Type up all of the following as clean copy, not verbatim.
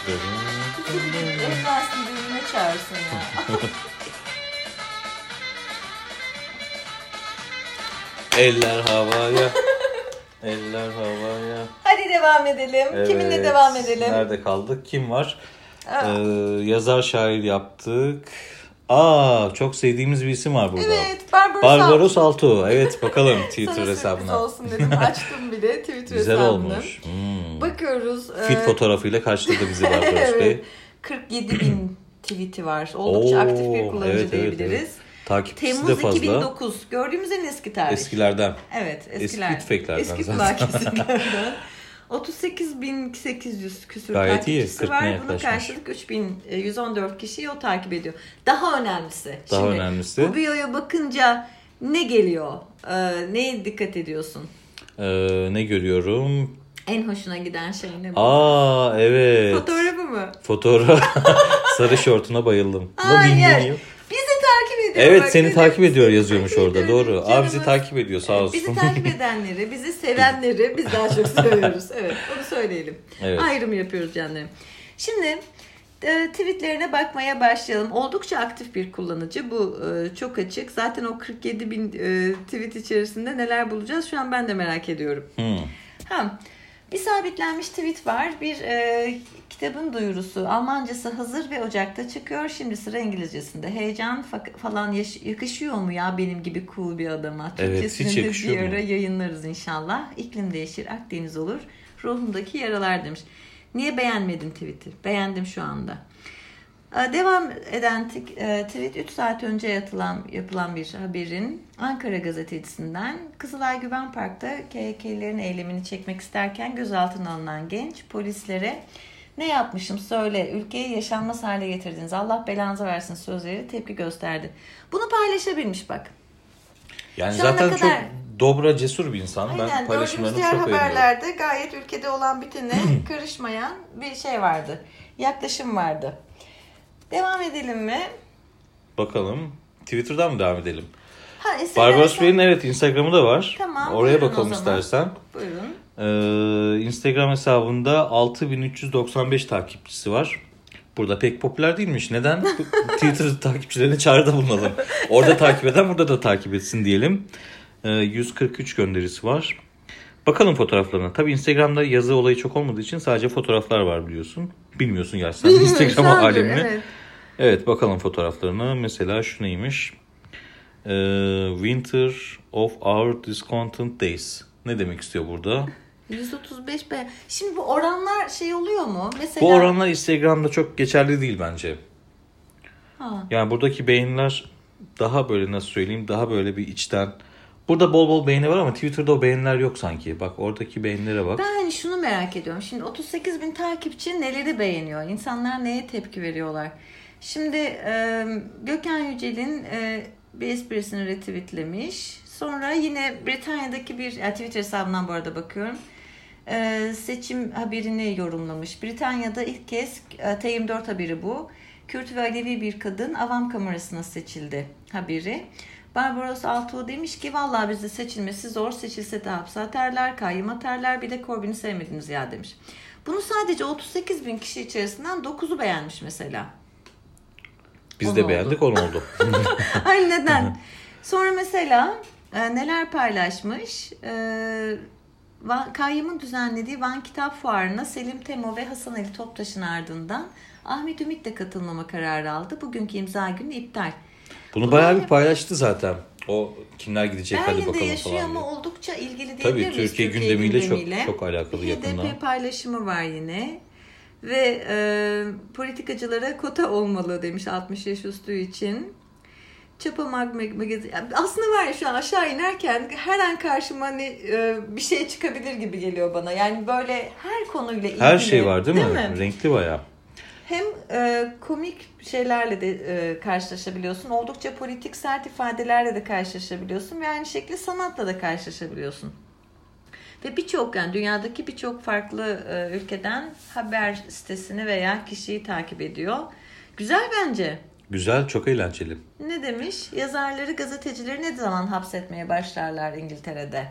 Elmasın düğününe çağırsın ya. Eller havaya. Eller havaya. Hadi devam edelim. Evet. Kiminle devam edelim? Nerede kaldık? Kim var? Aa. Yazar şair yaptık. Çok sevdiğimiz bir isim var burada. Evet, Barbaros Altuğ. Evet, bakalım Twitter hesabına. Sana olsun dedim. Açtım bile Twitter Güzel hesabını. olmuş. Bakıyoruz. Fit fotoğrafıyla karşıladı bizi Barbaros evet. Bey. 47.000 tweet'i var. Oldukça aktif bir kullanıcı diyebiliriz. Evet. Takipçisi Temmuz de fazla. 2009. Gördüğümüz en eski tarih. Eskilerden. Evet, eskiler. Eski tüfeklerden eski zaten. kesinliklerden. 38.800 küsur Gayet iyi, takipçisi var. Buna yaklaşmış. karşılık 3.114 kişiyi o takip ediyor. Daha önemlisi. Önemlisi. Bu biyoya bakınca ne geliyor? Neye dikkat ediyorsun? Ne görüyorum? En hoşuna giden şey ne bu? Evet. Fotoğrafı mı? Fotoğraf. Sarı şortuna bayıldım. Hayır. Bizi takip ediyor. Evet, bak, seni takip ediyor yazıyormuş orada. Doğru. Canımız. Bizi takip ediyor, sağ olsun. Bizi takip edenleri, bizi sevenleri biz daha çok seviyoruz. Evet, onu söyleyelim. Evet. Ayrım yapıyoruz canlarım. Şimdi tweetlerine bakmaya başlayalım. Oldukça aktif bir kullanıcı. Bu çok açık. Zaten o 47.000 tweet içerisinde neler bulacağız? Şu an ben de merak ediyorum. Bir sabitlenmiş tweet var. Bir kitabın duyurusu. Almancası hazır ve Ocak'ta çıkıyor. Şimdi sıra İngilizcesinde. Heyecan falan yakışıyor mu ya benim gibi cool bir adama? Türkçesini de bir ara yayınlarız inşallah. İklim değişir, Akdeniz olur. Ruhumdaki yaralar demiş. Niye beğenmedin tweet'i? Beğendim şu anda. Devam eden tweet 3 saat önce yapılan bir haberin Ankara gazetecisinden Kızılay Güven Park'ta KK'lerin eylemini çekmek isterken gözaltına alınan genç polislere ne yapmışım söyle, ülkeyi yaşanmaz hale getirdiniz, Allah belanızı versin sözleri tepki gösterdi. Bunu paylaşabilmiş bak. Yani şu zaten çok kadar... dobra, cesur bir insan. Aynen, ben paylaşımlarını diğer çok beğeniyorum. haberlerde gayet ülkede olan bitene karışmayan bir şey vardı. Yaklaşım vardı. Devam edelim mi? Bakalım. Twitter'dan mı devam edelim? Barbaros Barbaros Bey'in Instagram'ı da var. Tamam. Oraya bakalım istersen. Buyurun. Instagram hesabında 6395 takipçisi var. Burada pek popüler değilmiş. Neden? Twitter takipçilerine çağrıda bulunalım. Orada takip eden burada da takip etsin diyelim. 143 gönderisi var. Bakalım fotoğraflarına. Tabii Instagram'da yazı olayı çok olmadığı için sadece fotoğraflar var biliyorsun. Bilmiyorsun gerçekten Instagram alemini. Evet, bakalım fotoğraflarına. Mesela şu neymiş? Winter of our discontent days. Ne demek istiyor burada? 135 be. Şimdi bu oranlar şey oluyor mu? Mesela... Bu oranlar Instagram'da çok geçerli değil bence. Yani buradaki beğeniler daha böyle, nasıl söyleyeyim, daha böyle bir içten. Burada bol bol beğeni var ama Twitter'da o beğeniler yok sanki. Bak oradaki beğenilere bak. Ben hani şunu merak ediyorum. Şimdi 38.000 takipçi neleri beğeniyor? İnsanlar neye tepki veriyorlar? Şimdi Gökhan Yücel'in bir esprisini retweetlemiş. Sonra yine Britanya'daki bir Twitter hesabından bu arada bakıyorum. Seçim haberini yorumlamış. Britanya'da ilk kez T24 haberi bu. Kürt ve Alevi bir kadın avam kamerasına seçildi haberi. Barbaros Altuğ demiş ki vallahi bizde seçilmesi zor, seçilse de hapse atarlar, kayyum atarlar, bir de Corbyn'i sevmediniz ya demiş. Bunu sadece 38.000 kişi içerisinden 9'u beğenmiş mesela. Biz de beğendik, 10 oldu. Ay neden? Sonra mesela neler paylaşmış? Kayyum'un düzenlediği Van Kitap Fuarı'na Selim Temo ve Hasan Ali Toptaş'ın ardından Ahmet Ümit de katılmama kararı aldı. Bugünkü imza günü iptal. Bunu bayağı bir paylaştı zaten. O kimler gidecek Berlin'de hadi bakalım falan yaşıyor diye. ama oldukça ilgili diyebilir Tabii miyiz? Türkiye gündemiyle çok alakalı yakından. HDP paylaşımı var yine. Ve politikacılara kota olmalı demiş 60 yaş üstü için. Çapa magazin. Aslında var ya, şu an aşağı inerken her an karşıma hani bir şey çıkabilir gibi geliyor bana. Yani böyle her konuyla ilgili. Her şey var değil mi? Renkli bayağı. Hem komik şeylerle de karşılaşabiliyorsun. Oldukça politik sert ifadelerle de karşılaşabiliyorsun. Ve aynı şekilde sanatla da karşılaşabiliyorsun. Ve birçok, yani dünyadaki birçok farklı ülkeden haber sitesini veya kişiyi takip ediyor. Güzel bence. Güzel, çok eğlenceli. Ne demiş? Yazarları, gazetecileri ne zaman hapsetmeye başlarlar İngiltere'de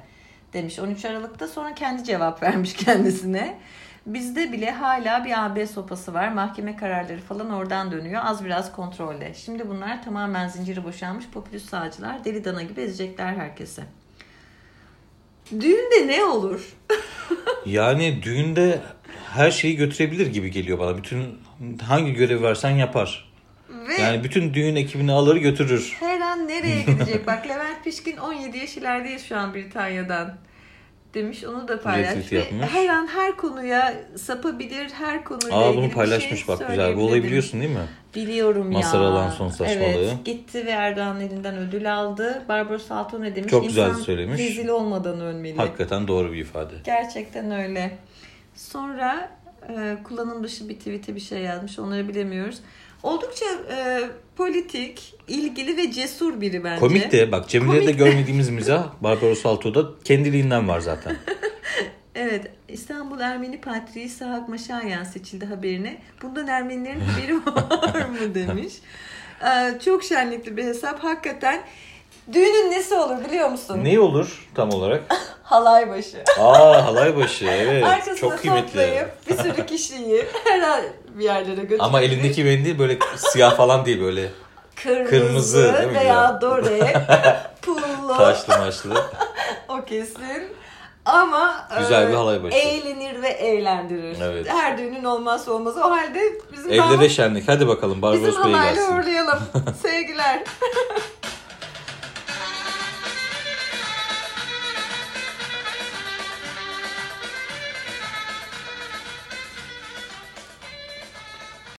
demiş 13 Aralık'ta. Sonra kendi cevap vermiş kendisine. Bizde bile hala bir AB sopası var. Mahkeme kararları falan oradan dönüyor. Az biraz kontrolle. Şimdi bunlar tamamen zinciri boşalmış popülist sağcılar. Deli dana gibi ezecekler herkese. Düğünde ne olur? Yani düğünde her şeyi götürebilir gibi geliyor bana. Bütün hangi görevi versen yapar. Ve yani bütün düğün ekibini alır götürür. her an nereye gidecek? Bak Levent Pişkin 17 yaş ilerideyiz şu an Britanya'dan demiş. Onu da paylaşmış. Her an her konuya sapabilir. Her konuyla ilgili bunu paylaşmış bir şey bak güzel. Bu olayı biliyorsun değil mi? Biliyorum ya. Masar alan son saçmalığı. Evet, gitti ve Erdoğan'ın elinden ödül aldı. Barbaros Alto ne demiş? Çok güzel İnsan söylemiş. rezil olmadan ölmeli. Hakikaten doğru bir ifade. Gerçekten öyle. Sonra kullanım dışı bir tweet'e bir şey yazmış. Onları bilemiyoruz. Oldukça politik, ilgili ve cesur biri bence. Komik de bak Cemile'de görmediğimiz mizah Barbaros Alto'da kendiliğinden var zaten. Evet, İstanbul Ermeni Patriği Sahak Maşayan seçildi haberine. Bundan Ermenilerin haberi var mı demiş. Çok şenlikli bir hesap. Hakikaten düğünün nesi olur biliyor musun? Ne olur tam olarak? Halay başı. Halay başı evet. Arkasına çok kıymetli. toplayıp bir sürü kişiyi her bir yerlere götürüp. Ama elindeki mendil böyle siyah falan değil böyle. Kırmızı değil mi? veya dore, pullu. Taşlı maçlı. O kesin. Ama güzel bir halay başı. Eğlenir ve eğlendirir. Evet. Her düğünün olmazsa olmazı. O halde bizim evlere şenlik. Hadi bakalım Barbaros Bey'i gelsin. Bizim halayla uğurlayalım. Sevgiler.